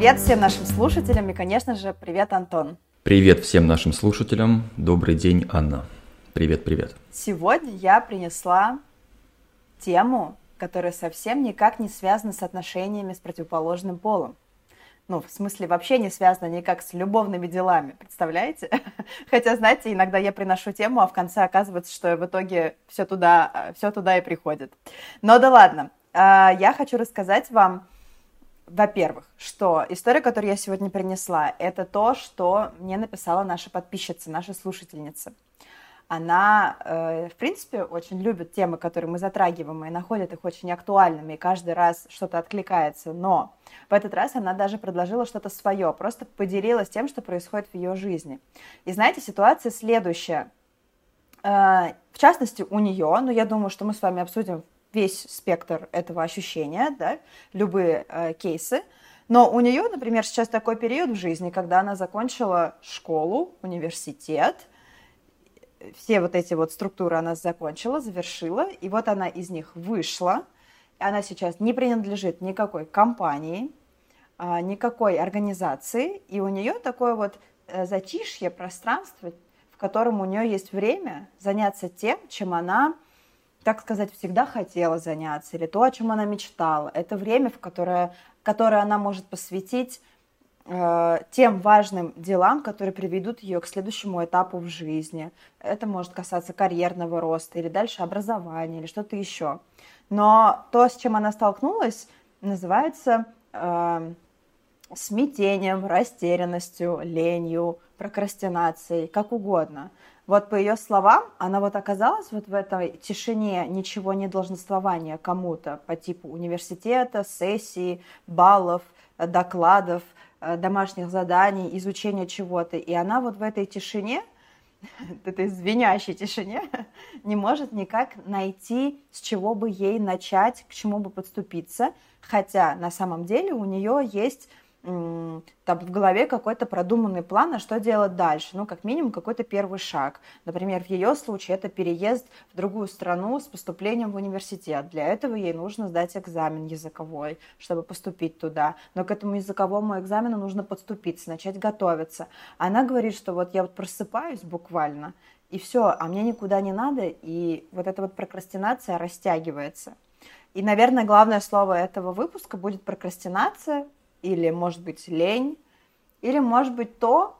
Привет всем нашим слушателям и, конечно же, привет, Антон. Привет всем нашим слушателям. Добрый день, Анна. Привет. Сегодня я принесла тему, которая совсем никак не связана с отношениями с противоположным полом. Ну, в смысле, вообще не связана никак с любовными делами, представляете? Хотя, знаете, иногда я приношу тему, а в конце оказывается, что в итоге все туда и приходит. Но да ладно. Я хочу рассказать вам, во-первых, что история, которую я сегодня принесла, это то, что мне написала наша подписчица, наша слушательница. Она, в принципе, очень любит темы, которые мы затрагиваем, и находит их очень актуальными, и каждый раз что-то откликается. Но в этот раз она даже предложила что-то свое, просто поделилась тем, что происходит в ее жизни. И знаете, ситуация следующая. В частности, у нее, я думаю, что мы с вами обсудим весь спектр этого ощущения, да, любые кейсы. Но у нее, например, сейчас такой период в жизни, когда она закончила школу, университет, все вот эти вот структуры она закончила, завершила, и вот она из них вышла. Она сейчас не принадлежит никакой компании, никакой организации, и у нее такое вот затишье, пространство, в котором у нее есть время заняться тем, чем она, так сказать, всегда хотела заняться, или то, о чем она мечтала. Это время, которое она может посвятить тем важным делам, которые приведут ее к следующему этапу в жизни. Это может касаться карьерного роста или дальше образования, или что-то еще. Но то, с чем она столкнулась, называется смятением, растерянностью, ленью, прокрастинацией, как угодно. Вот по ее словам, она вот оказалась вот в этой тишине ничего не долженствования кому-то по типу университета, сессий, баллов, докладов, домашних заданий, изучения чего-то. И она вот в этой тишине, этой звенящей тишине, не может никак найти, с чего бы ей начать, к чему бы подступиться. Хотя на самом деле у нее есть там в голове какой-то продуманный план, а что делать дальше. Как минимум какой-то первый шаг. Например, в ее случае это переезд в другую страну с поступлением в университет. Для этого ей нужно сдать экзамен языковой, чтобы поступить туда. Но к этому языковому экзамену нужно подступиться, начать готовиться. Она говорит, что вот я вот просыпаюсь буквально, и все, а мне никуда не надо, и вот эта вот прокрастинация растягивается. И, наверное, главное слово этого выпуска будет прокрастинация, или, может быть, лень, или, может быть, то,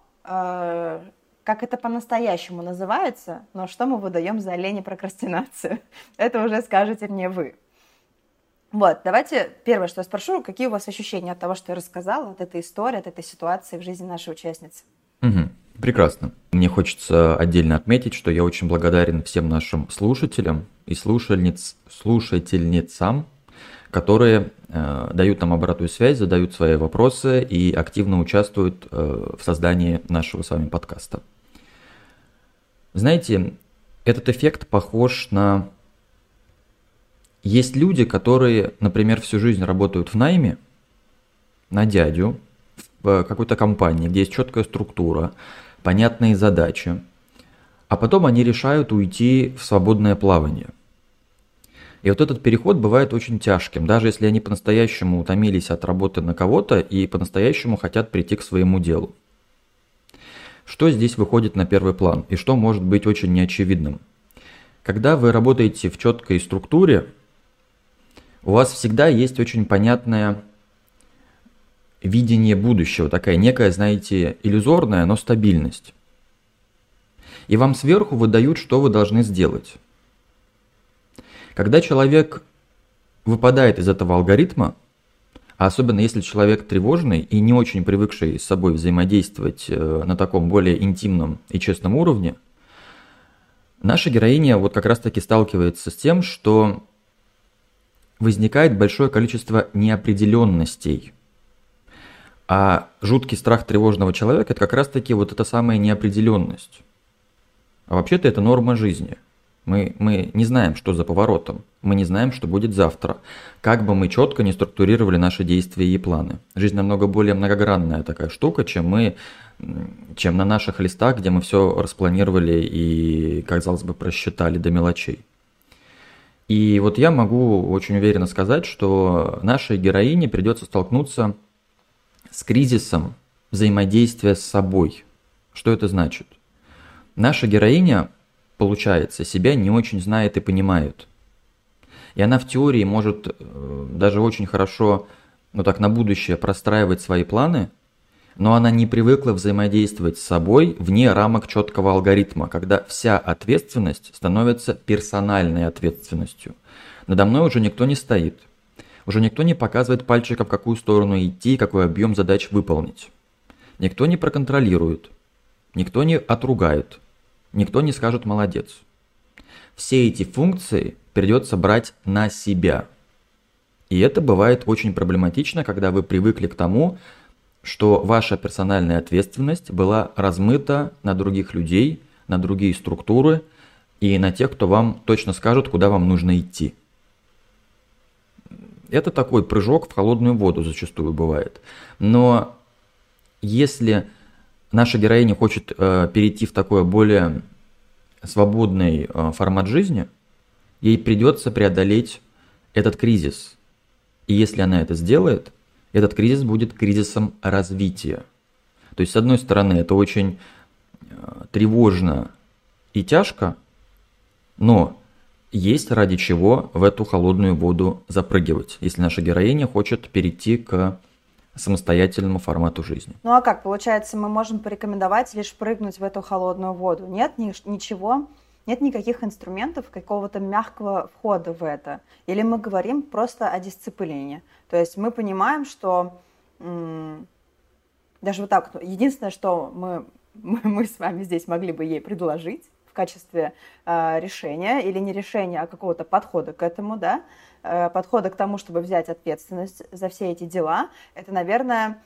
как это по-настоящему называется, но что мы выдаем за лень и прокрастинацию. Это уже скажете мне вы. Вот, давайте первое, что я спрошу, какие у вас ощущения от того, что я рассказала, от этой истории, от этой ситуации в жизни нашей участницы? Прекрасно. Мне хочется отдельно отметить, что я очень благодарен всем нашим слушателям и слушательницам, которые дают нам обратную связь, задают свои вопросы и активно участвуют в создании нашего с вами подкаста. Знаете, этот эффект похож на... Есть люди, которые, например, всю жизнь работают в найме на дядю, в какой-то компании, где есть четкая структура, понятные задачи, а потом они решают уйти в свободное плавание. И вот этот переход бывает очень тяжким, даже если они по-настоящему утомились от работы на кого-то и по-настоящему хотят прийти к своему делу. Что здесь выходит на первый план и что может быть очень неочевидным? Когда вы работаете в четкой структуре, у вас всегда есть очень понятное видение будущего, такая некая, знаете, иллюзорная, но стабильность. И вам сверху выдают, что вы должны сделать. Когда человек выпадает из этого алгоритма, а особенно если человек тревожный и не очень привыкший с собой взаимодействовать на таком более интимном и честном уровне, наша героиня вот как раз-таки сталкивается с тем, что возникает большое количество неопределенностей. А жуткий страх тревожного человека – это как раз-таки вот эта самая неопределенность. А вообще-то это норма жизни. Мы не знаем, что за поворотом, мы не знаем, что будет завтра, как бы мы четко не структурировали наши действия и планы. Жизнь намного более многогранная такая штука, чем на наших листах, где мы все распланировали и, казалось бы, просчитали до мелочей. И вот я могу очень уверенно сказать, что нашей героине придется столкнуться с кризисом взаимодействия с собой. Что это значит? Наша героиня, получается, себя не очень знает и понимает. И она в теории может даже очень хорошо, так на будущее простраивать свои планы, но она не привыкла взаимодействовать с собой вне рамок четкого алгоритма, когда вся ответственность становится персональной ответственностью. Надо мной уже никто не стоит. Уже никто не показывает пальчиком, в какую сторону идти, какой объем задач выполнить. Никто не проконтролирует, никто не отругает, никто не скажет «молодец». Все эти функции придется брать на себя. И это бывает очень проблематично, когда вы привыкли к тому, что ваша персональная ответственность была размыта на других людей, на другие структуры и на тех, кто вам точно скажет, куда вам нужно идти. Это такой прыжок в холодную воду зачастую бывает. Но если наша героиня хочет перейти в такой более свободный формат жизни, ей придется преодолеть этот кризис. И если она это сделает, этот кризис будет кризисом развития. То есть, с одной стороны, это очень тревожно и тяжко, но есть ради чего в эту холодную воду запрыгивать, если наша героиня хочет перейти к самостоятельному формату жизни. Ну а как? Получается, мы можем порекомендовать лишь прыгнуть в эту холодную воду. Нет ничего, нет никаких инструментов какого-то мягкого входа в это. Или мы говорим просто о дисциплине. То есть мы понимаем, что даже вот так, единственное, что мы с вами здесь могли бы ей предложить в качестве решения, или не решения, а какого-то подхода к этому, да, подхода к тому, чтобы взять ответственность за все эти дела, это, наверное,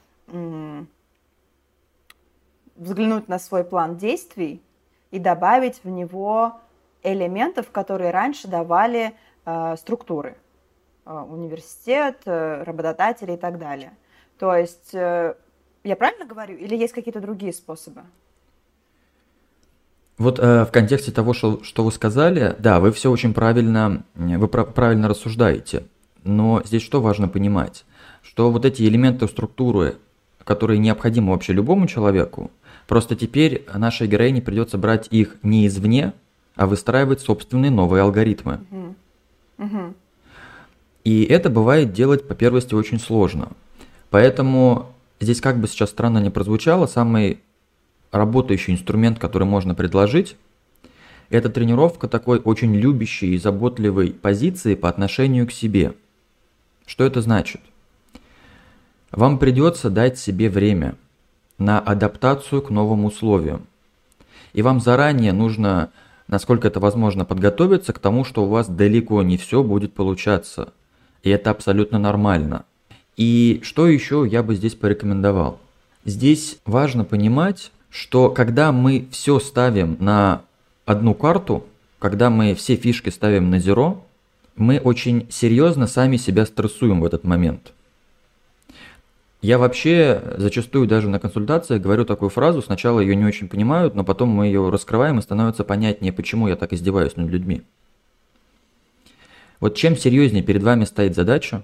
взглянуть на свой план действий и добавить в него элементов, которые раньше давали структуры. Университет, работодатели и так далее. То есть, я правильно говорю? Или есть какие-то другие способы? Вот в контексте того, что вы сказали, да, вы все очень правильно, правильно рассуждаете. Но здесь что важно понимать? Что вот эти элементы структуры, которые необходимы вообще любому человеку, просто теперь нашей героине придется брать их не извне, а выстраивать собственные новые алгоритмы. И это бывает делать по первости очень сложно. Поэтому здесь, как бы сейчас странно не прозвучало, самый работающий инструмент, который можно предложить, это тренировка такой очень любящей и заботливой позиции по отношению к себе. Что это значит? Вам придется дать себе время на адаптацию к новым условиям. И вам заранее нужно, насколько это возможно, подготовиться к тому, что у вас далеко не все будет получаться. И это абсолютно нормально. И что еще я бы здесь порекомендовал? Здесь важно понимать, что когда мы все ставим на одну карту, когда мы все фишки ставим на зеро, мы очень серьезно сами себя стрессуем в этот момент. Я вообще зачастую даже на консультациях говорю такую фразу, сначала ее не очень понимают, но потом мы ее раскрываем и становится понятнее, почему я так издеваюсь над людьми. Вот чем серьезнее перед вами стоит задача,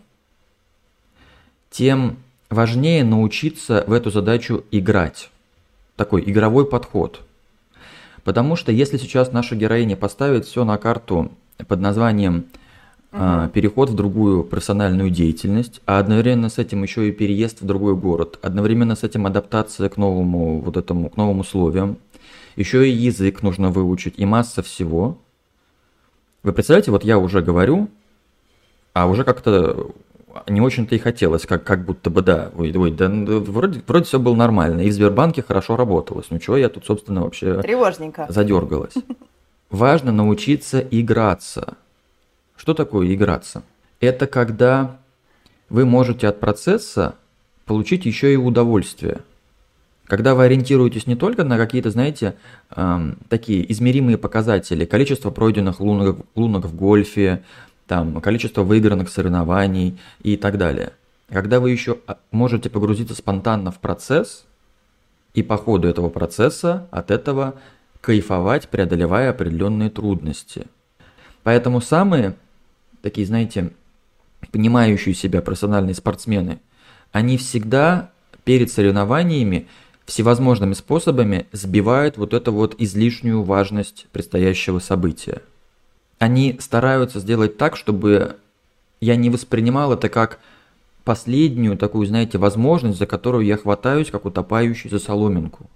тем важнее научиться в эту задачу играть. Такой игровой подход. Потому что если сейчас наша героиня поставит все на карту под названием переход в другую профессиональную деятельность, а одновременно с этим еще и переезд в другой город, одновременно с этим адаптация к новому, к новым условиям, еще и язык нужно выучить и масса всего. Вы представляете, вот я уже говорю, а уже как-то не очень-то и хотелось, как будто бы да, вроде все было нормально, и в Сбербанке хорошо работалось, ну чего я тут, собственно, вообще тревожненько задергалась. Важно научиться играться. Что такое играться? Это когда вы можете от процесса получить еще и удовольствие. Когда вы ориентируетесь не только на какие-то, знаете, такие измеримые показатели, количество пройденных лунок в гольфе, там, количество выигранных соревнований и так далее. Когда вы еще можете погрузиться спонтанно в процесс и по ходу этого процесса от этого кайфовать, преодолевая определенные трудности. Поэтому самые такие, знаете, понимающие себя профессиональные спортсмены, они всегда перед соревнованиями всевозможными способами сбивают вот эту вот излишнюю важность предстоящего события. Они стараются сделать так, чтобы я не воспринимал это как последнюю такую, знаете, возможность, за которую я хватаюсь, как утопающий за соломинку.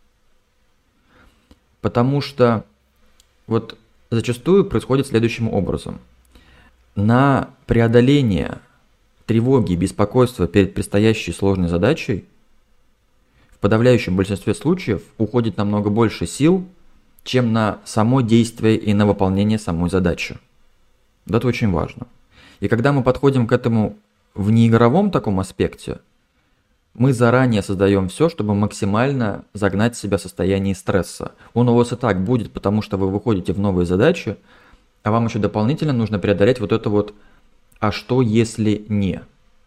Потому что вот зачастую происходит следующим образом. На преодоление тревоги и беспокойства перед предстоящей сложной задачей в подавляющем большинстве случаев уходит намного больше сил, чем на само действие и на выполнение самой задачи. Это очень важно. И когда мы подходим к этому в неигровом таком аспекте, мы заранее создаем все, чтобы максимально загнать себя в состояние стресса. Он у вас и так будет, потому что вы выходите в новые задачи, а вам еще дополнительно нужно преодолеть вот это вот «а что, если не?».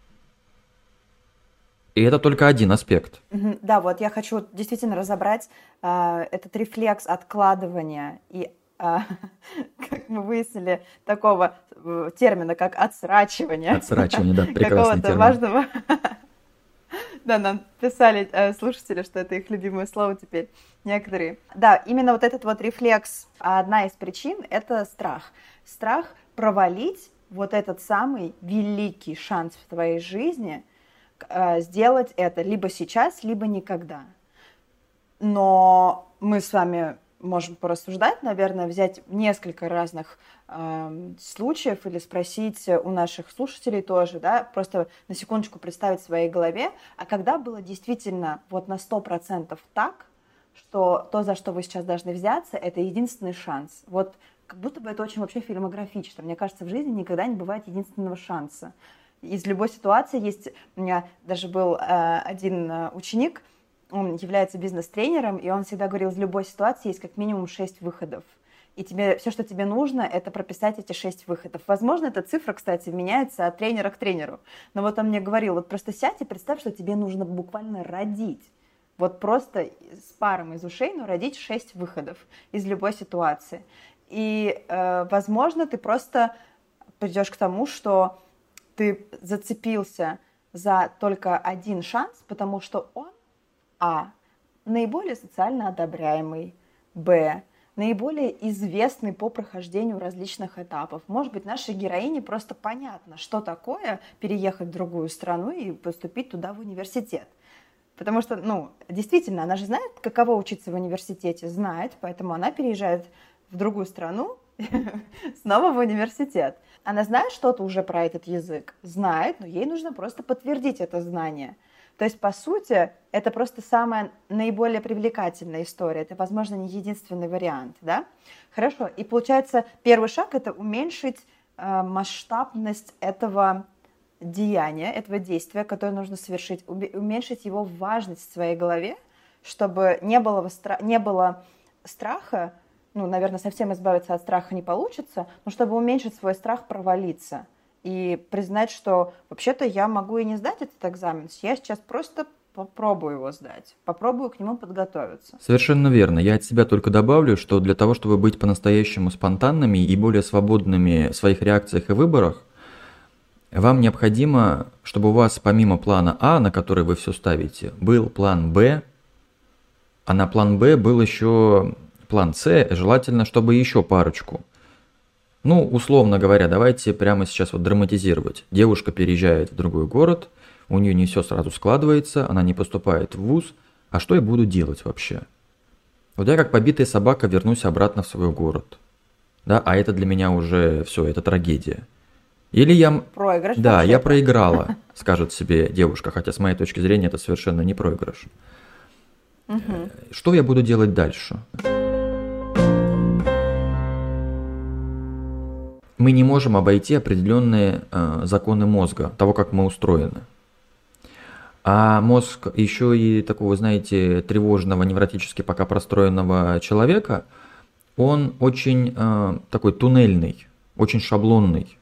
И это только один аспект. Да, вот я хочу действительно разобрать этот рефлекс откладывания и, как мы выяснили, такого термина, как отсрачивание. Отсрачивание, да, прекрасный какого-то термин. важного. Да, нам писали слушатели, что это их любимое слово теперь, некоторые. Да, именно вот этот вот рефлекс, одна из причин – это страх. Страх провалить вот этот самый великий шанс в твоей жизни сделать это либо сейчас, либо никогда. Но мы с вами можем порассуждать, наверное, взять несколько разных случаев или спросить у наших слушателей тоже, да, просто на секундочку представить в своей голове, а когда было действительно вот на 100% так, что то, за что вы сейчас должны взяться, это единственный шанс. Вот как будто бы это очень вообще фильмографично. Мне кажется, в жизни никогда не бывает единственного шанса. Из любой ситуации есть... У меня даже был один ученик, он является бизнес-тренером, и он всегда говорил, из любой ситуации есть как минимум 6 выходов. И тебе, все, что тебе нужно, это прописать эти 6 выходов. Возможно, эта цифра, кстати, меняется от тренера к тренеру. Но вот он мне говорил, вот просто сядь и представь, что тебе нужно буквально родить. Вот просто с паром из ушей, но родить 6 выходов из любой ситуации. И, возможно, ты просто придешь к тому, что ты зацепился за только один шанс, потому что он, наиболее социально одобряемый, наиболее известный по прохождению различных этапов. Может быть, нашей героине просто понятно, что такое переехать в другую страну и поступить туда в университет. Потому что, действительно, она же знает, каково учиться в университете, знает, поэтому она переезжает в другую страну, снова в университет. Она знает что-то уже про этот язык? Знает, но ей нужно просто подтвердить это знание. То есть, по сути, это просто самая наиболее привлекательная история. Это, возможно, не единственный вариант, да? Хорошо. И получается, первый шаг – это уменьшить масштабность этого деяния, этого действия, которое нужно совершить, уменьшить его важность в своей голове, чтобы не было страха, наверное, совсем избавиться от страха не получится, но чтобы уменьшить свой страх провалиться и признать, что вообще-то я могу и не сдать этот экзамен, я сейчас просто попробую его сдать, попробую к нему подготовиться. Совершенно верно. Я от себя только добавлю, что для того, чтобы быть по-настоящему спонтанными и более свободными в своих реакциях и выборах, вам необходимо, чтобы у вас помимо плана А, на который вы все ставите, был план Б, а на план Б был еще план С, желательно, чтобы еще парочку. Условно говоря, давайте прямо сейчас драматизировать. Девушка переезжает в другой город, у нее не все сразу складывается, она не поступает в вуз. А что я буду делать вообще? Вот я как побитая собака вернусь обратно в свой город. Да, а это для меня уже все, это трагедия. Или я... Проигрыш. Да, я проиграла, скажет себе девушка, хотя с моей точки зрения это совершенно не проигрыш. Что я буду делать дальше? Мы не можем обойти определенные законы мозга, того, как мы устроены. А мозг еще и такого, знаете, тревожного, невротически пока простроенного человека, он очень такой туннельный, очень шаблонный.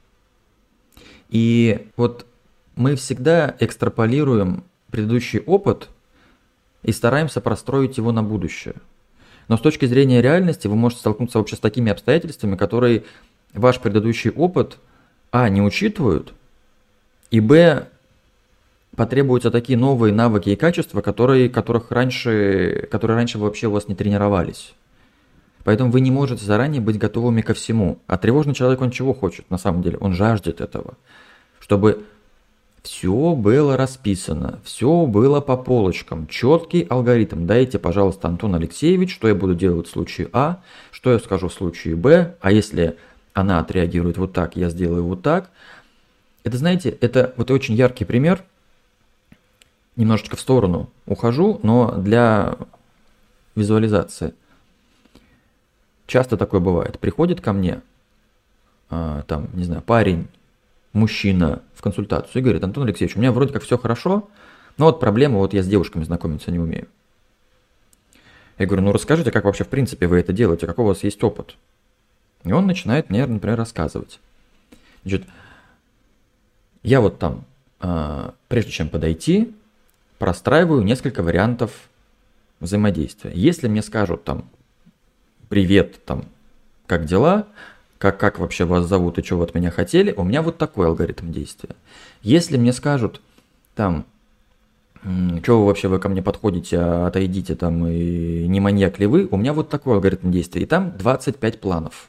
И вот мы всегда экстраполируем предыдущий опыт и стараемся простроить его на будущее. Но с точки зрения реальности вы можете столкнуться вообще с такими обстоятельствами, которые ваш предыдущий опыт, не учитывают, и, потребуются такие новые навыки и качества, которые раньше вообще у вас не тренировались. Поэтому вы не можете заранее быть готовыми ко всему. А тревожный человек, он чего хочет на самом деле? Он жаждет этого. Чтобы все было расписано, все было по полочкам, четкий алгоритм. Дайте, пожалуйста, Антон Алексеевич, что я буду делать в случае А, что я скажу в случае Б, а если она отреагирует вот так, я сделаю вот так. Это, знаете, это вот очень яркий пример. Немножечко в сторону ухожу, но для визуализации. Часто такое бывает. Приходит ко мне, там, не знаю, парень, мужчина в консультацию и говорит: Антон Алексеевич, у меня вроде как все хорошо, но вот проблема, вот я с девушками знакомиться не умею. Я говорю: ну расскажите, как вообще в принципе вы это делаете, какой у вас есть опыт? И он начинает мне, например, рассказывать. Значит, я вот там, прежде чем подойти, простраиваю несколько вариантов взаимодействия. Если мне скажут там: привет, там, как дела, как вообще вас зовут и что вы от меня хотели, у меня вот такой алгоритм действия. Если мне скажут там: что вы вообще, вы ко мне подходите, отойдите там, и не маньяк ли вы, у меня вот такой алгоритм действия. И там 25 планов.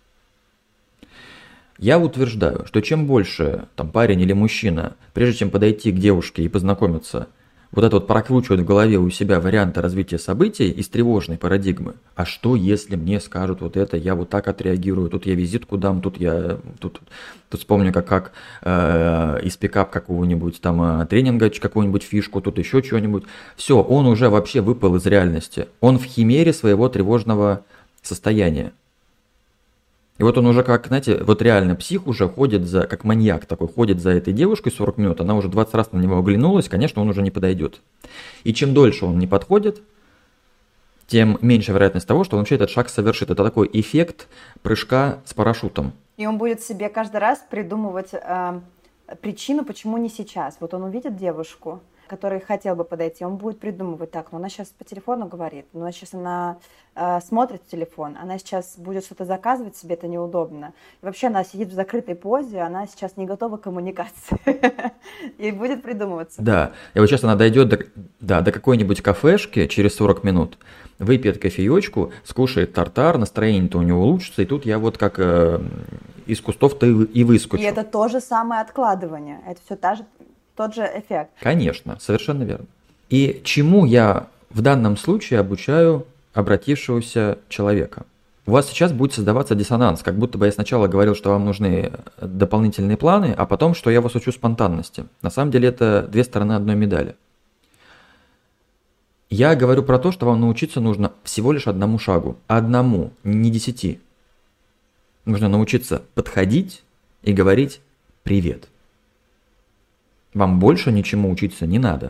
Я утверждаю, что чем больше там парень или мужчина, прежде чем подойти к девушке и познакомиться, вот это вот прокручивает в голове у себя варианты развития событий из тревожной парадигмы. А что, если мне скажут вот это, я вот так отреагирую, тут я визитку дам, тут вспомню, как из пикап какого-нибудь там тренинга, какую-нибудь фишку, тут еще что-нибудь. Все, он уже вообще выпал из реальности. Он в химере своего тревожного состояния. И вот он уже как, знаете, вот реально псих уже ходит как маньяк такой, ходит за этой девушкой 40 минут, она уже 20 раз на него оглянулась, конечно, он уже не подойдет. И чем дольше он не подходит, тем меньше вероятность того, что он вообще этот шаг совершит. Это такой эффект прыжка с парашютом. И он будет себе каждый раз придумывать причину, почему не сейчас. Вот он увидит девушку, который хотел бы подойти, он будет придумывать: так, ну она сейчас по телефону говорит, ну сейчас она смотрит в телефон, она сейчас будет что-то заказывать себе, это неудобно. И вообще она сидит в закрытой позе, она сейчас не готова к коммуникации. И будет придумываться. Да, и вот сейчас она дойдет до какой-нибудь кафешки через 40 минут, выпьет кофеечку, скушает тартар, настроение-то у него улучшится, и тут я вот как из кустов-то и выскочу. И это то же самое откладывание, это все тот же эффект. Конечно, совершенно верно. И чему я в данном случае обучаю обратившегося человека? У вас сейчас будет создаваться диссонанс, как будто бы я сначала говорил, что вам нужны дополнительные планы, а потом, что я вас учу спонтанности. На самом деле это две стороны одной медали. Я говорю про то, что вам научиться нужно всего лишь одному шагу. Одному, не 10. Нужно научиться подходить и говорить «привет». Вам больше ничему учиться не надо.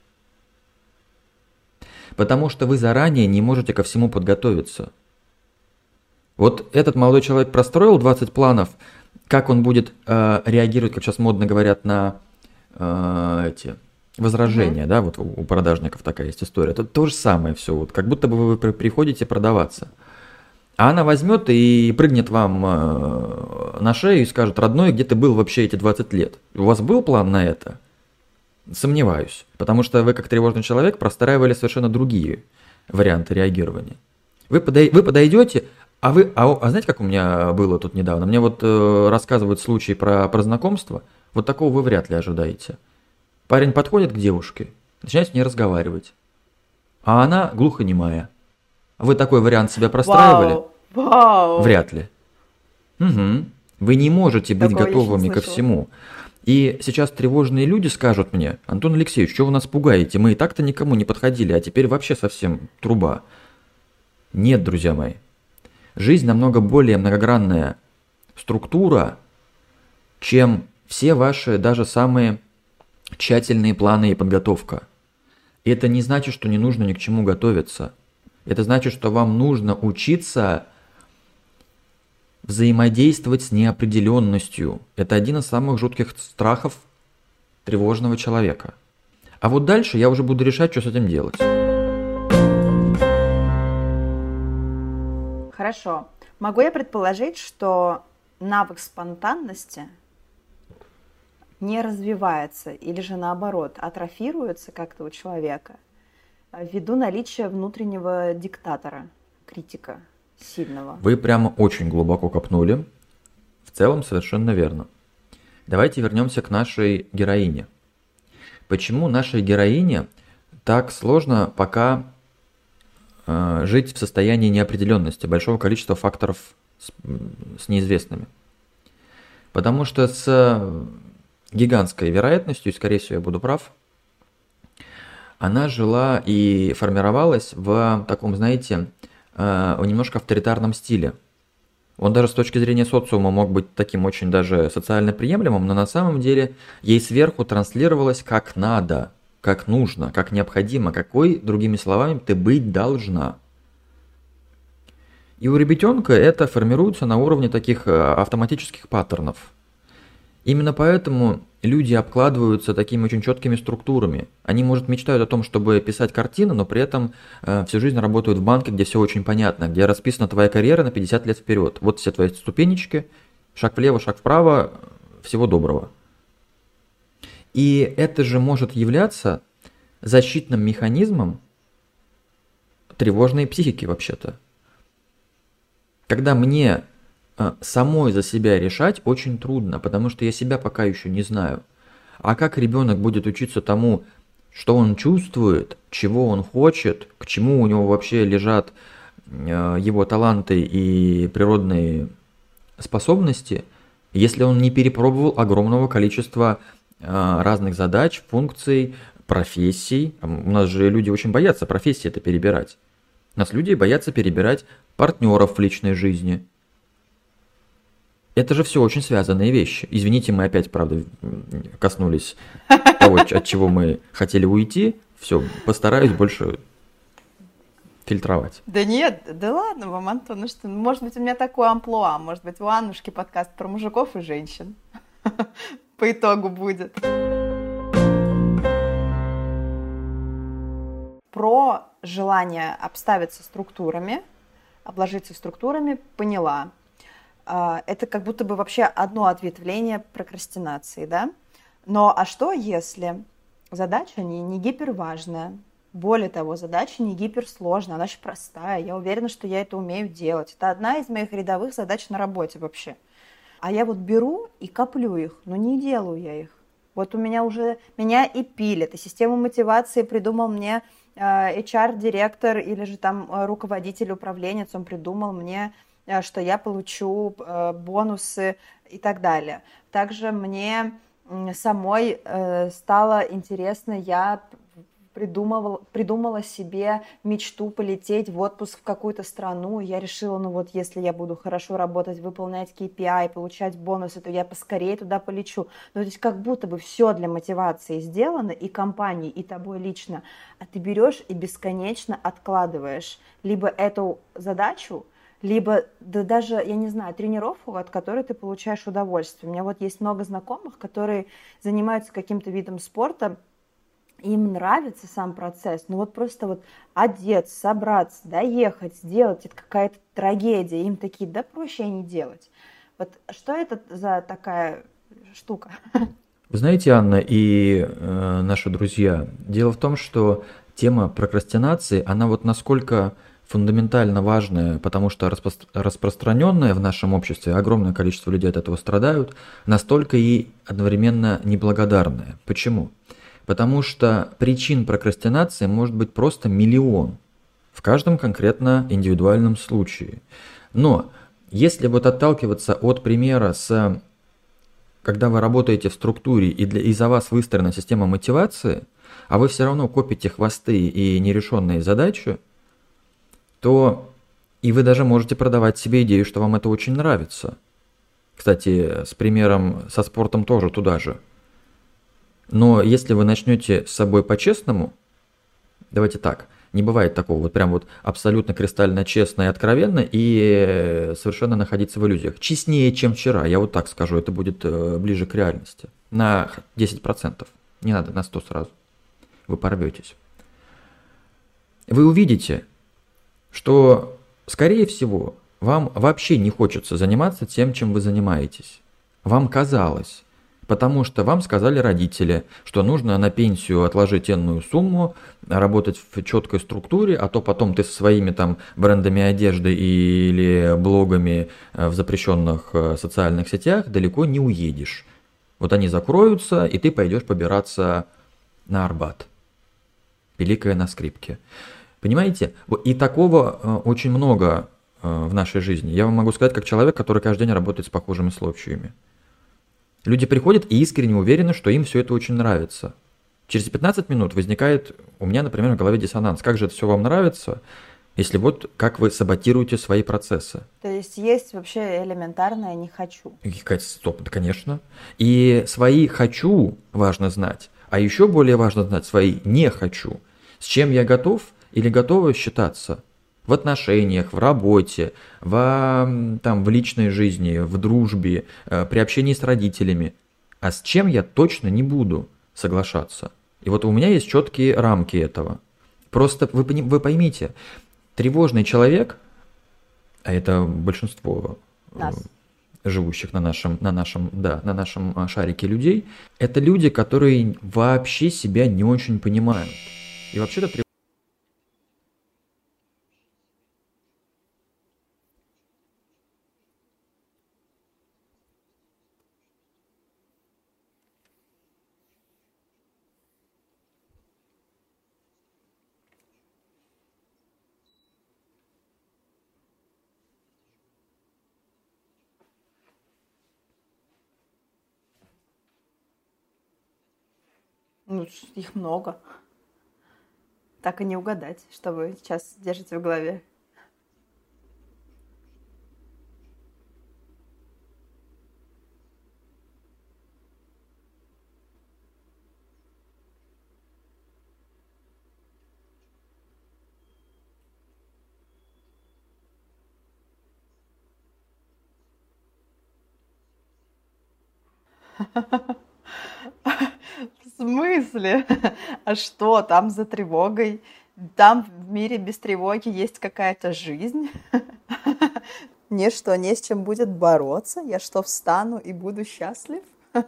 Потому что вы заранее не можете ко всему подготовиться. Вот этот молодой человек простроил 20 планов, как он будет реагировать, как сейчас модно говорят, на эти возражения, да, вот у продажников такая есть история. Это то же самое все, вот, как будто бы вы приходите продаваться. А она возьмет и прыгнет вам на шею и скажет: родной, где ты был вообще эти 20 лет? У вас был план на это? Сомневаюсь, потому что вы, как тревожный человек, простраивали совершенно другие варианты реагирования. Вы подойдете, а знаете, как у меня было тут недавно? Мне вот рассказывают случаи про знакомство, вот такого вы вряд ли ожидаете. Парень подходит к девушке, начинает с ней разговаривать, а она глухонемая. Вы такой вариант себя простраивали? Вау. Вряд ли. Угу. Вы не можете быть готовыми ко всему. И сейчас тревожные люди скажут мне: Антон Алексеевич, что вы нас пугаете? Мы и так-то никому не подходили, а теперь вообще совсем труба. Нет, друзья мои. Жизнь намного более многогранная структура, чем все ваши даже самые тщательные планы и подготовка. И это не значит, что не нужно ни к чему готовиться. Это значит, что вам нужно учиться взаимодействовать с неопределенностью. Это один из самых жутких страхов тревожного человека. А вот дальше я уже буду решать, что с этим делать. Хорошо. Могу я предположить, что навык спонтанности не развивается или же наоборот атрофируется как-то у человека ввиду наличия внутреннего диктатора, критика сильного. Вы прямо очень глубоко копнули. В целом совершенно верно. Давайте вернемся к нашей героине. Почему нашей героине так сложно пока жить в состоянии неопределенности, большого количества факторов с неизвестными? Потому что с гигантской вероятностью, и скорее всего я буду прав, она жила и формировалась в таком, знаете, немножко авторитарном стиле. Он даже с точки зрения социума мог быть таким очень даже социально приемлемым, но на самом деле ей сверху транслировалось как надо, как нужно, как необходимо, какой, другими словами, ты быть должна. И у ребятенка это формируется на уровне таких автоматических паттернов. Именно поэтому люди обкладываются такими очень четкими структурами. Они, может, мечтают о том, чтобы писать картины, но при этом всю жизнь работают в банке, где все очень понятно, где расписана твоя карьера на 50 лет вперед. Вот все твои ступенечки, шаг влево, шаг вправо, всего доброго. И это же может являться защитным механизмом тревожной психики вообще-то. Когда мне самой за себя решать очень трудно, потому что я себя пока еще не знаю. А как ребенок будет учиться тому, что он чувствует, чего он хочет, к чему у него вообще лежат его таланты и природные способности, если он не перепробовал огромного количества разных задач, функций, профессий? У нас же люди очень боятся профессии это перебирать. У нас люди боятся перебирать партнеров в личной жизни. Это же все очень связанные вещи. Извините, мы опять, правда, коснулись того, от чего мы хотели уйти. Все, постараюсь больше фильтровать. Да нет, да ладно вам, Антон, ну что, может быть, у меня такое амплуа, может быть, у Аннушки подкаст про мужиков и женщин по итогу будет. Про желание обставиться структурами, обложиться структурами поняла. Это как будто бы вообще одно ответвление прокрастинации, да? Но а что, если задача не гиперважная? Более того, задача не гиперсложная, она очень простая. Я уверена, что я это умею делать. Это одна из моих рядовых задач на работе вообще. А я вот беру и коплю их, но не делаю я их. Вот у меня уже, меня и пилят, и систему мотивации придумал мне HR-директор или же там руководитель, управленец, он придумал мне, что я получу бонусы и так далее. Также мне самой стало интересно, я придумала себе мечту полететь в отпуск в какую-то страну. Я решила, ну вот если я буду хорошо работать, выполнять KPI, получать бонусы, то я поскорее туда полечу. Но то есть как будто бы все для мотивации сделано, и компании, и тобой лично. А ты берешь и бесконечно откладываешь либо эту задачу, либо да даже, я не знаю, тренировку, от которой ты получаешь удовольствие. У меня вот есть много знакомых, которые занимаются каким-то видом спорта, им нравится сам процесс, но вот просто вот одеться, собраться, доехать, сделать, это какая-то трагедия. Им такие, да проще не делать. Вот что это за такая штука? Вы знаете, Анна и наши друзья, дело в том, что тема прокрастинации, она вот насколько фундаментально важная, потому что распространенная в нашем обществе, огромное количество людей от этого страдают, настолько и одновременно неблагодарная. Почему? Потому что причин прокрастинации может быть просто миллион в каждом конкретно индивидуальном случае. Но если вот отталкиваться от примера когда вы работаете в структуре и за вас выстроена система мотивации, а вы все равно копите хвосты и нерешенные задачи, то и вы даже можете продавать себе идею, что вам это очень нравится. Кстати, с примером со спортом тоже туда же. Но если вы начнете с собой по-честному, давайте так, не бывает такого вот прям вот абсолютно кристально честно и откровенно и совершенно находиться в иллюзиях. Честнее, чем вчера, я вот так скажу, это будет ближе к реальности. На 10%, не надо на 100 сразу, вы порветесь. Вы увидите, что, скорее всего, вам вообще не хочется заниматься тем, чем вы занимаетесь. Вам казалось. Потому что вам сказали родители, что нужно на пенсию отложить энную сумму, работать в четкой структуре, а то потом ты со своими там брендами одежды или блогами в запрещенных социальных сетях далеко не уедешь. Вот они закроются, и ты пойдешь побираться на Арбат, пиликая на скрипке. Понимаете? И такого очень много в нашей жизни. Я вам могу сказать, как человек, который каждый день работает с похожими случаями. Люди приходят и искренне уверены, что им все это очень нравится. Через 15 минут возникает у меня, например, в голове диссонанс. Как же это все вам нравится, если вот как вы саботируете свои процессы? То есть есть вообще элементарное «не хочу». И сказать, стоп, да, конечно. И свои «хочу» важно знать, а еще более важно знать свои «не хочу». С чем я готов или готова считаться в отношениях, в работе, в личной жизни, в дружбе, при общении с родителями. А с чем я точно не буду соглашаться. И вот у меня есть четкие рамки этого. Просто вы поймите, тревожный человек, а это большинство живущих на нашем шарике людей, это люди, которые вообще себя не очень понимают. И вообще-то Ну, их много. Так и не угадать, что вы сейчас держите в голове. В смысле? А что там за тревогой? Там в мире без тревоги есть какая-то жизнь? Мне что, не с чем будет бороться? Я что, встану и буду счастлив?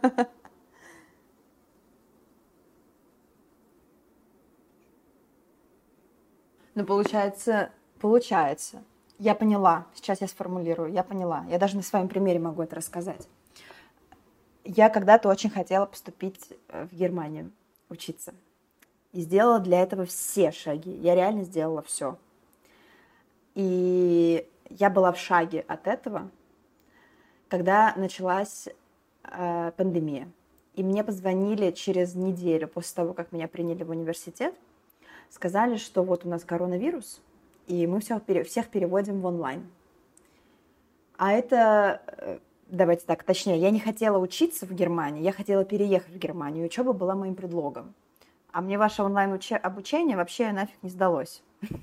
Ну, получается, Я поняла. Сейчас я сформулирую. Я поняла. Я даже на своем примере могу это рассказать. Я когда-то очень хотела поступить в Германию, учиться. И сделала для этого все шаги. Я реально сделала все. И я была в шаге от этого, когда началась пандемия. И мне позвонили через неделю после того, как меня приняли в университет. Сказали, что вот у нас коронавирус, и мы всех переводим в онлайн. А это, давайте так, точнее, я не хотела учиться в Германии, я хотела переехать в Германию. Учеба была моим предлогом. А мне ваше онлайн-обучение вообще нафиг не сдалось.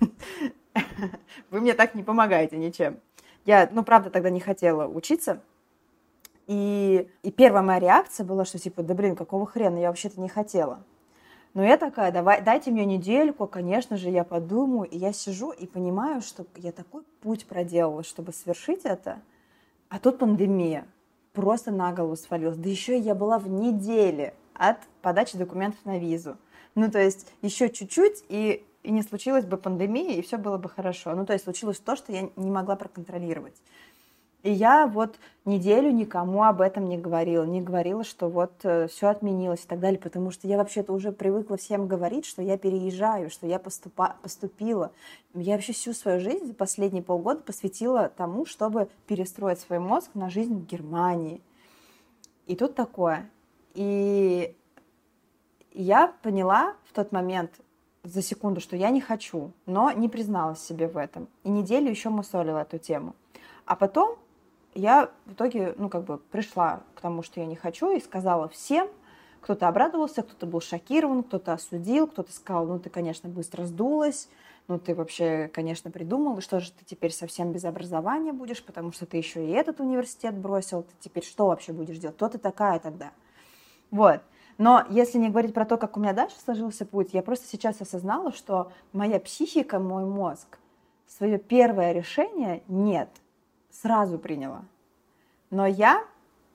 Вы мне так не помогаете ничем. Я, правда, тогда не хотела учиться. И первая моя реакция была, что типа, да блин, какого хрена, я вообще-то не хотела. Но я такая, дайте мне недельку, конечно же, я подумаю. И я сижу и понимаю, что я такой путь проделала, чтобы совершить это. А тут пандемия. Просто на голову свалилась. Да еще и я была в неделе от подачи документов на визу. То есть еще чуть-чуть, и не случилась бы пандемия, и все было бы хорошо. То есть случилось то, что я не могла проконтролировать. И я вот неделю никому об этом не говорила, что вот все отменилось и так далее, потому что я вообще-то уже привыкла всем говорить, что я переезжаю, что я поступила. Я вообще всю свою жизнь, последние полгода посвятила тому, чтобы перестроить свой мозг на жизнь в Германии. И тут такое. И я поняла в тот момент, за секунду, что я не хочу, но не призналась себе в этом. И неделю еще мусолила эту тему. А потом я в итоге, пришла к тому, что я не хочу, и сказала всем. Кто-то обрадовался, кто-то был шокирован, кто-то осудил, кто-то сказал, ты, конечно, быстро сдулась, ты вообще, конечно, придумала, что же ты теперь совсем без образования будешь, потому что ты еще и этот университет бросил, ты теперь что вообще будешь делать? Кто ты такая тогда? Вот. Но если не говорить про то, как у меня дальше сложился путь, я просто сейчас осознала, что моя психика, мой мозг, свое первое решение нет, сразу приняла. Но я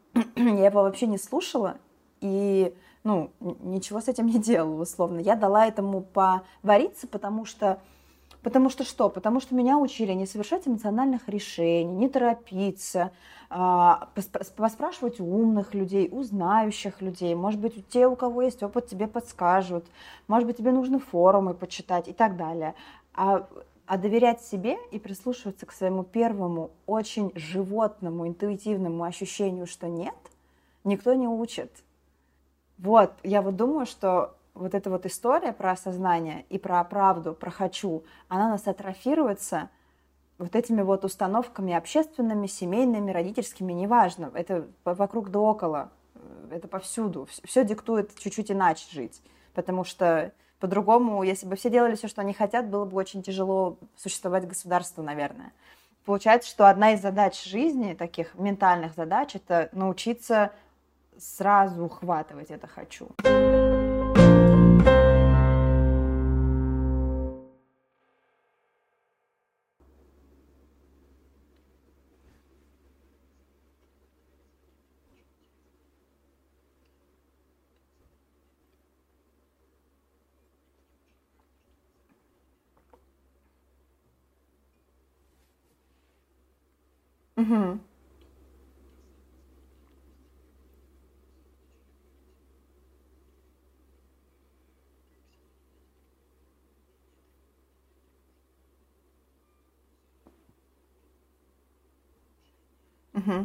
Я его вообще не слушала и, ну, ничего с этим не делала, условно. Я дала этому повариться, потому что что? Потому что меня учили не совершать эмоциональных решений, не торопиться, поспрашивать у умных людей, у знающих людей. Может быть, те, у кого есть опыт, тебе подскажут. Может быть, тебе нужны форумы почитать и так далее. А доверять себе и прислушиваться к своему первому, очень животному, интуитивному ощущению, что нет, никто не учит. Вот, я вот думаю, что вот эта вот история про осознание и про правду, про «хочу», она у нас атрофируется вот этими вот установками общественными, семейными, родительскими, неважно. Это вокруг да около, это повсюду. Все диктует чуть-чуть иначе жить, потому что по-другому, если бы все делали все, что они хотят, было бы очень тяжело существовать государству, наверное. Получается, что одна из задач жизни, таких ментальных задач, это научиться сразу ухватывать это «хочу». Угу. Угу.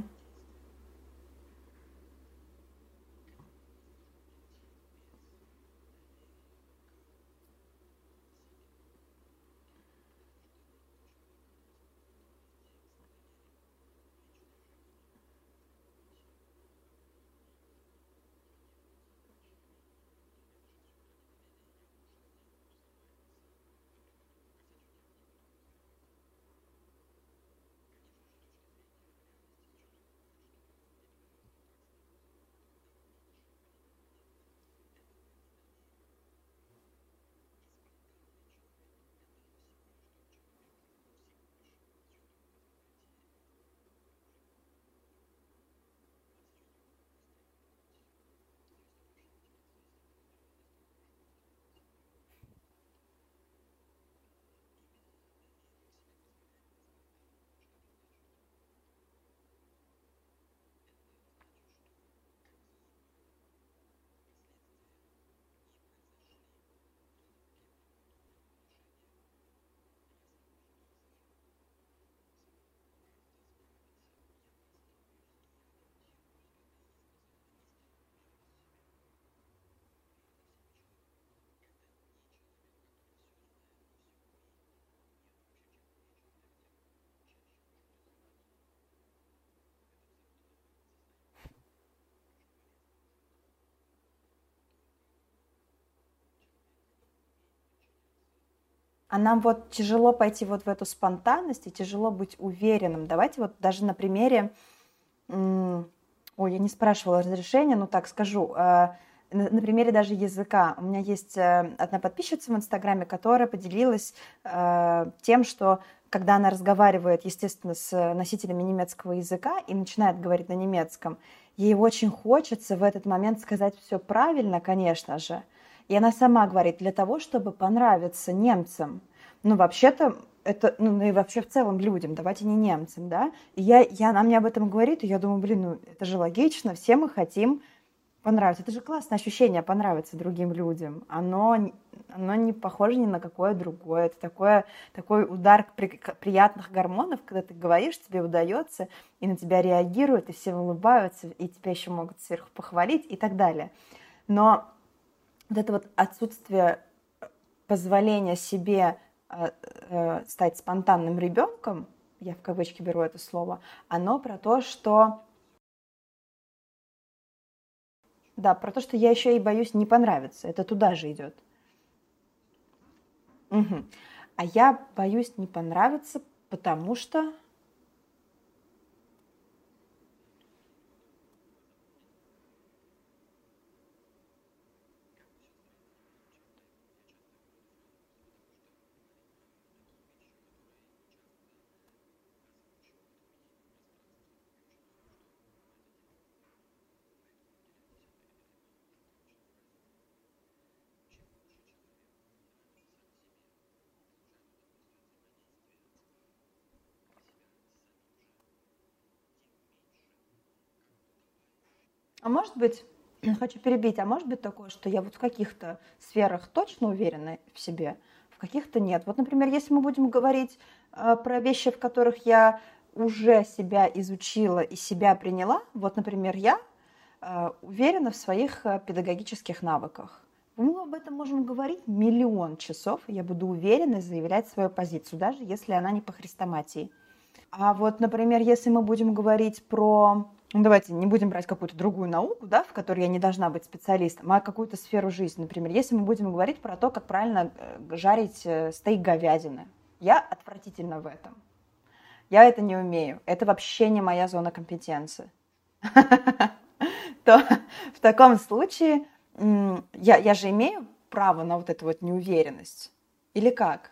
А нам вот тяжело пойти вот в эту спонтанность и тяжело быть уверенным. Давайте вот даже на примере, ой, я не спрашивала разрешения, но так скажу, на примере даже языка. У меня есть одна подписчица в Инстаграме, которая поделилась тем, что когда она разговаривает, естественно, с носителями немецкого языка и начинает говорить на немецком, ей очень хочется в этот момент сказать все правильно, конечно же. И она сама говорит, для того, чтобы понравиться немцам. Ну, вообще-то, это, ну и вообще в целом людям, давайте не немцам, да. И она мне об этом говорит, и я думаю, блин, ну это же логично, все мы хотим понравиться. Это же классное ощущение понравиться другим людям. Оно не похоже ни на какое другое. Это такой удар приятных гормонов, когда ты говоришь, тебе удается, и на тебя реагируют, и все улыбаются, и тебя еще могут сверху похвалить и так далее. Но вот это вот отсутствие позволения себе стать спонтанным ребенком, я в кавычки беру это слово, оно про то, что да, про то, что я еще и боюсь не понравиться. Это туда же идет. Угу. А я боюсь не понравиться, потому что... А может быть, хочу перебить, а может быть такое, что я вот в каких-то сферах точно уверена в себе, в каких-то нет. Вот, например, если мы будем говорить про вещи, в которых я уже себя изучила и себя приняла, вот, например, я уверена в своих педагогических навыках. Мы об этом можем говорить миллион часов, и я буду уверенно заявлять свою позицию, даже если она не по хрестоматии. А вот, например, если мы будем говорить про... Ну, давайте не будем брать какую-то другую науку, да, в которой я не должна быть специалистом, а какую-то сферу жизни. Например, если мы будем говорить про то, как правильно жарить стейк говядины. Я отвратительна в этом. Я это не умею. Это вообще не моя зона компетенции. То в таком случае я же имею право на вот эту вот неуверенность. Или как?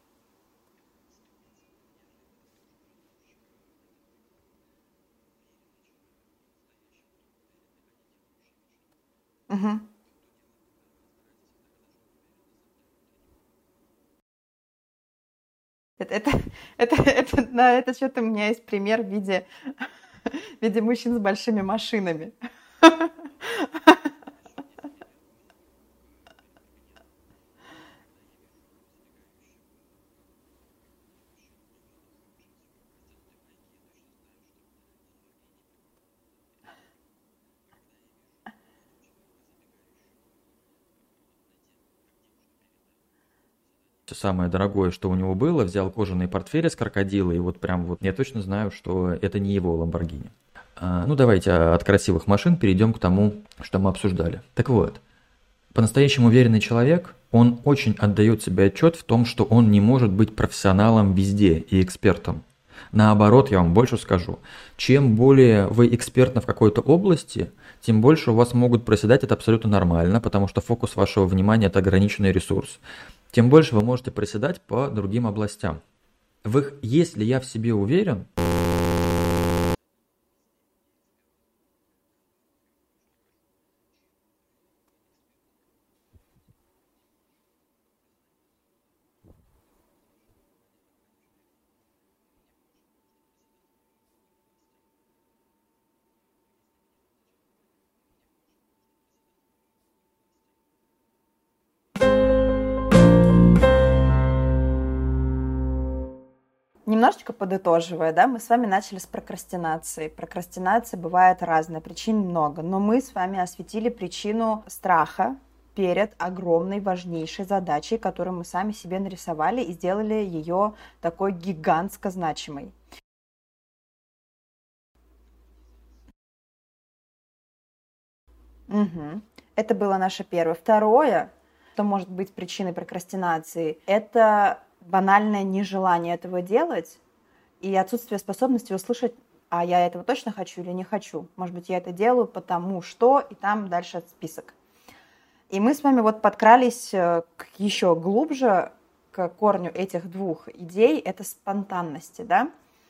Угу. Это, это, на этот счет у меня есть пример в виде мужчин с большими машинами. Самое дорогое, что у него было, взял кожаный портфель из крокодила, и вот прям вот я точно знаю, что это не его Ламборгини. Ну, давайте от красивых машин перейдем к тому, что мы обсуждали. Так вот, по-настоящему уверенный человек, он очень отдает себе отчет в том, что он не может быть профессионалом везде и экспертом. Наоборот, я вам больше скажу, чем более вы экспертны в какой-то области, тем больше у вас могут проседать, это абсолютно нормально, потому что фокус вашего внимания – это ограниченный ресурс. Тем больше вы можете проседать по другим областям. Если я в себе уверен, Немножечко подытоживая, да, мы с вами начали с прокрастинации. Прокрастинация бывает разная, причин много, но мы с вами осветили причину страха перед огромной, важнейшей задачей, которую мы сами себе нарисовали и сделали ее такой гигантско значимой. Угу. Это было наше первое. Второе, что может быть причиной прокрастинации, это банальное нежелание этого делать и отсутствие способности услышать, а я этого точно хочу или не хочу. Может быть, я это делаю потому что, и там дальше список. И мы с вами вот подкрались еще глубже к корню этих двух идей, это спонтанности, да?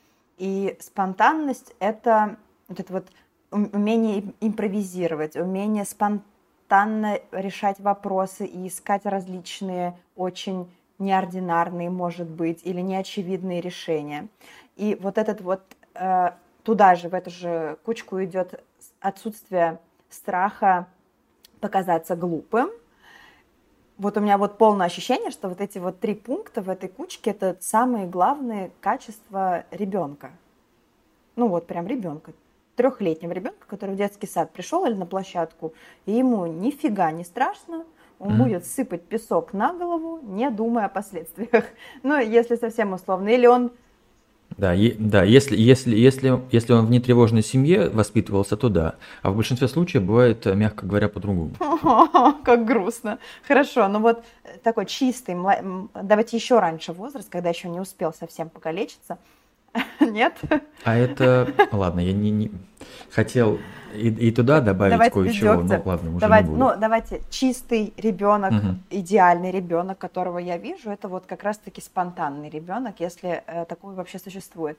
И спонтанность – это вот это вот умение импровизировать, умение спонтанно решать вопросы и искать различные очень неординарные, может быть, или неочевидные решения. И вот этот вот туда же, в эту же кучку идет отсутствие страха показаться глупым. Вот у меня вот полное ощущение, что вот эти вот 3 пункта в этой кучке – это самые главные качества ребенка. Ну вот прям ребенка. 3-летнего ребенка, который в детский сад пришел или на площадку, и ему нифига не страшно, он будет сыпать песок на голову, не думая о последствиях. Ну, если совсем условно. Или он... Да, если он в нетревожной семье воспитывался, то да. А в большинстве случаев бывает, мягко говоря, по-другому. Как грустно. Хорошо, ну вот такой чистый, давайте еще раньше возраст, когда еще не успел совсем покалечиться. Нет? А это... Ладно, я не хотел и туда добавить кое-чего, но ладно, уже не буду. Ну, давайте, чистый ребенок, идеальный ребенок, которого я вижу, это вот как раз-таки спонтанный ребенок, если такой вообще существует.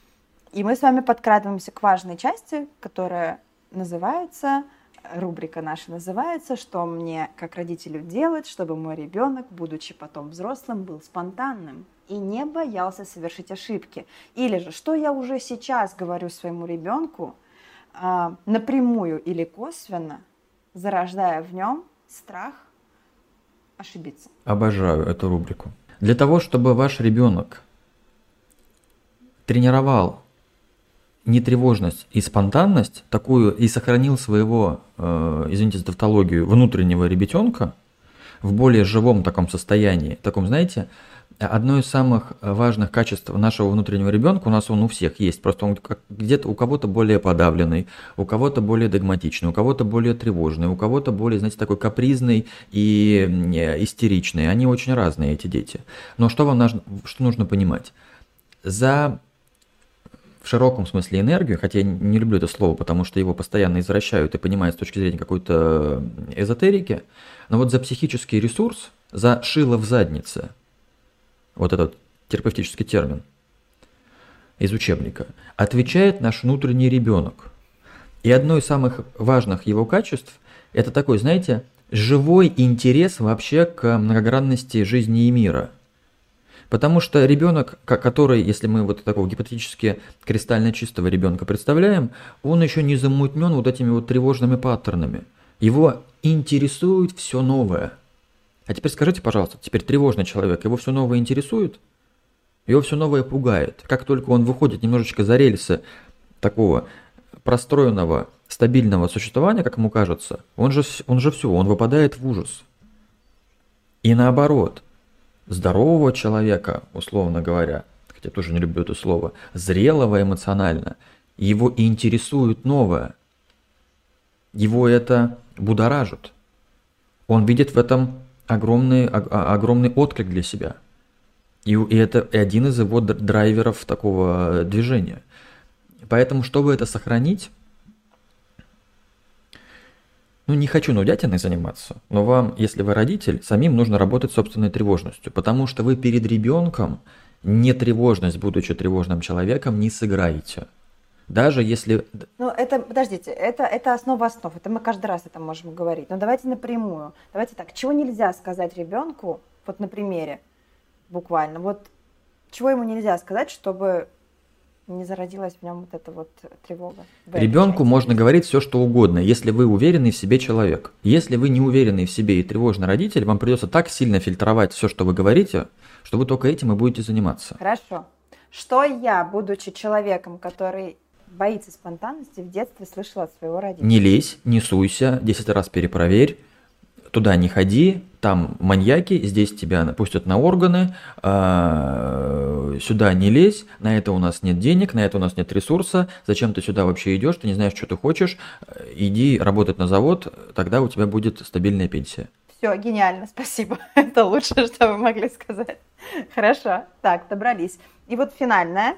И мы с вами подкрадываемся к важной части, которая называется, рубрика наша называется «Что мне как родителю делать, чтобы мой ребенок, будучи потом взрослым, был спонтанным и не боялся совершить ошибки». Или же, что я уже сейчас говорю своему ребенку, напрямую или косвенно зарождая в нем страх ошибиться. Обожаю эту рубрику. Для того, чтобы ваш ребенок тренировал нетревожность и спонтанность, такую и сохранил своего, извините за тавтологию, внутреннего ребятенка в более живом таком состоянии, таком, знаете, одно из самых важных качеств нашего внутреннего ребенка, у нас он у всех есть, просто он где-то у кого-то более подавленный, у кого-то более догматичный, у кого-то более тревожный, у кого-то более, знаете, такой капризный и истеричный. Они очень разные, эти дети. Но что нужно понимать? В широком смысле энергию, хотя я не люблю это слово, потому что его постоянно извращают и понимают с точки зрения какой-то эзотерики, но вот за психический ресурс, за шило в заднице, вот этот терапевтический термин из учебника, отвечает наш внутренний ребенок. И одно из самых важных его качеств – это такой, знаете, живой интерес вообще к многогранности жизни и мира. Потому что ребенок, который, если мы вот такого гипотетически кристально чистого ребенка представляем, он еще не замутнен вот этими вот тревожными паттернами. Его интересует все новое. А теперь скажите, пожалуйста, теперь тревожный человек, его все новое интересует? Его все новое пугает. Как только он выходит немножечко за рельсы такого простроенного, стабильного существования, как ему кажется, он же все, он выпадает в ужас. И наоборот, здорового человека, условно говоря, хотя я тоже не люблю это слово, зрелого эмоционально, его и интересует новое. Его это будоражит. Он видит в этом огромный отклик для себя. И это один из его драйверов такого движения. Поэтому, чтобы это сохранить, не хочу нудятиной заниматься, но вам, если вы родитель, самим нужно работать с собственной тревожностью, потому что вы перед ребенком нетревожность, будучи тревожным человеком, не сыграете. Даже если... Подождите, это основа основ, это мы каждый раз это можем говорить, но давайте напрямую. Давайте так, чего нельзя сказать ребенку, вот на примере, буквально, вот чего ему нельзя сказать, чтобы не зародилась в нем вот эта вот тревога. Ребенку можно говорить все, что угодно, если вы уверенный в себе человек. Если вы не уверенный в себе и тревожный родитель, вам придется так сильно фильтровать все, что вы говорите, что вы только этим и будете заниматься. Хорошо. Что я, будучи человеком, который боится спонтанности, в детстве слышала от своего родителя? Не лезь, не суйся, 10 раз перепроверь, туда не ходи, там маньяки, здесь тебя пустят на органы, сюда не лезь, на это у нас нет денег, на это у нас нет ресурса, зачем ты сюда вообще идешь, ты не знаешь, что ты хочешь, иди работать на завод, тогда у тебя будет стабильная пенсия. Все, гениально, спасибо, это лучшее, что вы могли сказать. Хорошо, так, добрались. И вот финальное.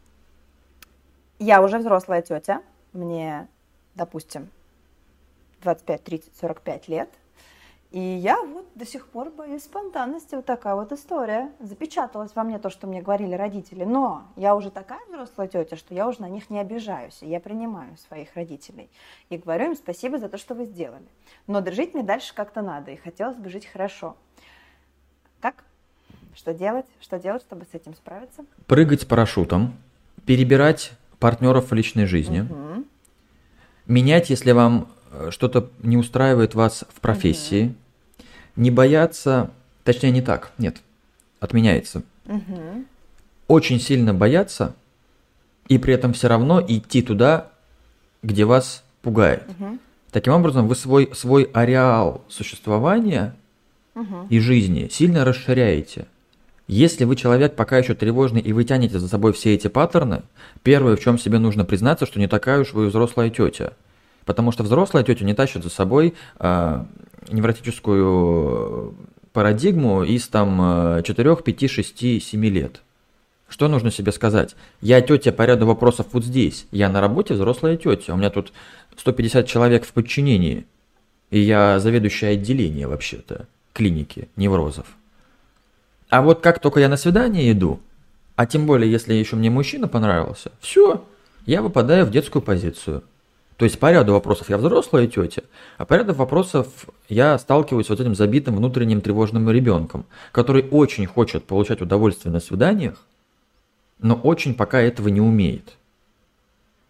Я уже взрослая тетя, мне, допустим, 25, 30, 45 лет, и я вот до сих пор боюсь спонтанности, вот такая вот история. Запечаталось во мне то, что мне говорили родители, но я уже такая взрослая тетя, что я уже на них не обижаюсь, и я принимаю своих родителей и говорю им спасибо за то, что вы сделали. Но жить мне дальше как-то надо, и хотелось бы жить хорошо. Как? Что делать? Что делать, чтобы с этим справиться? Прыгать с парашютом, перебирать партнеров в личной жизни, менять, если вам что-то не устраивает вас в профессии, не бояться, точнее не так, нет, отменяется. Очень сильно бояться и при этом все равно идти туда, где вас пугает. Таким образом, вы свой ареал существования и жизни сильно расширяете. Если вы человек пока еще тревожный и вы тянете за собой все эти паттерны, первое, в чем себе нужно признаться, что не такая уж вы взрослая тетя. Потому что взрослая тетя не тащит за собой невротическую парадигму из 4, 5, 6, 7 лет. Что нужно себе сказать? Я тетя по ряду вопросов вот здесь. Я на работе взрослая тетя. У меня тут 150 человек в подчинении. И я заведующая отделение вообще-то клиники неврозов. А вот как только я на свидание иду, а тем более, если еще мне мужчина понравился, все, я выпадаю в детскую позицию. То есть по ряду вопросов я взрослая тетя, а по ряду вопросов я сталкиваюсь с вот этим забитым внутренним тревожным ребенком, который очень хочет получать удовольствие на свиданиях, но очень пока этого не умеет.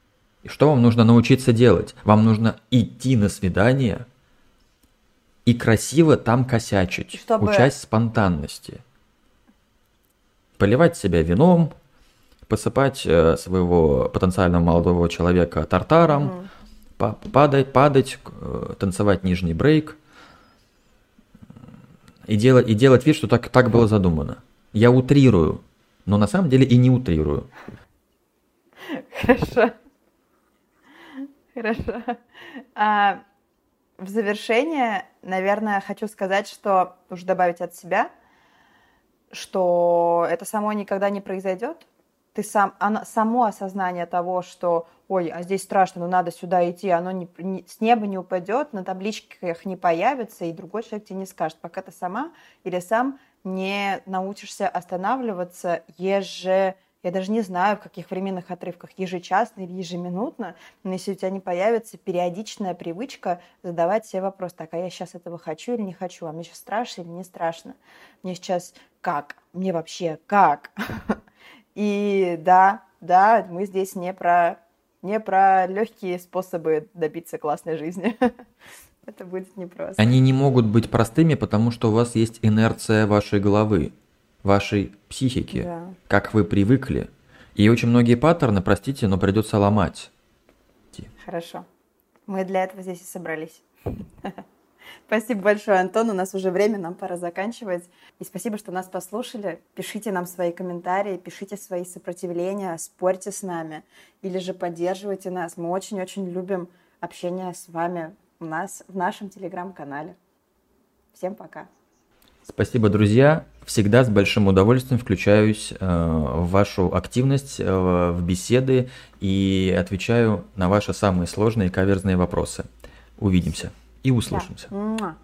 И что вам нужно научиться делать? Вам нужно идти на свидание и красиво там косячить, учась спонтанности. Поливать себя вином, посыпать своего потенциального молодого человека тартаром, падать, танцевать нижний брейк и делать вид, что так было задумано. Я утрирую, но на самом деле и не утрирую. Хорошо. В завершение, наверное, хочу сказать, что, уже добавить от себя, что это само никогда не произойдет. Само осознание того, что, ой, а здесь страшно, но надо сюда идти, оно с неба не упадет, на табличках не появится, и другой человек тебе не скажет, пока ты сама или сам не научишься останавливаться я даже не знаю, в каких временных отрывках, ежечасно или ежеминутно, но если у тебя не появится периодичная привычка задавать себе вопрос, так, а я сейчас этого хочу или не хочу, а мне сейчас страшно или не страшно, мне сейчас как, мне вообще как? И да, мы здесь не про легкие способы добиться классной жизни. Это будет непросто. Они не могут быть простыми, потому что у вас есть инерция вашей головы, вашей психики, да. Как вы привыкли. И очень многие паттерны, простите, но придется ломать. Хорошо. Мы для этого здесь и собрались. Спасибо большое, Антон. У нас уже время, нам пора заканчивать. И спасибо, что нас послушали. Пишите нам свои комментарии, пишите свои сопротивления, спорьте с нами или же поддерживайте нас. Мы очень-очень любим общение с вами у нас в нашем телеграм-канале. Всем пока. Спасибо, друзья. Всегда с большим удовольствием включаюсь в вашу активность, в беседы и отвечаю на ваши самые сложные и каверзные вопросы. Увидимся и услышимся. Да.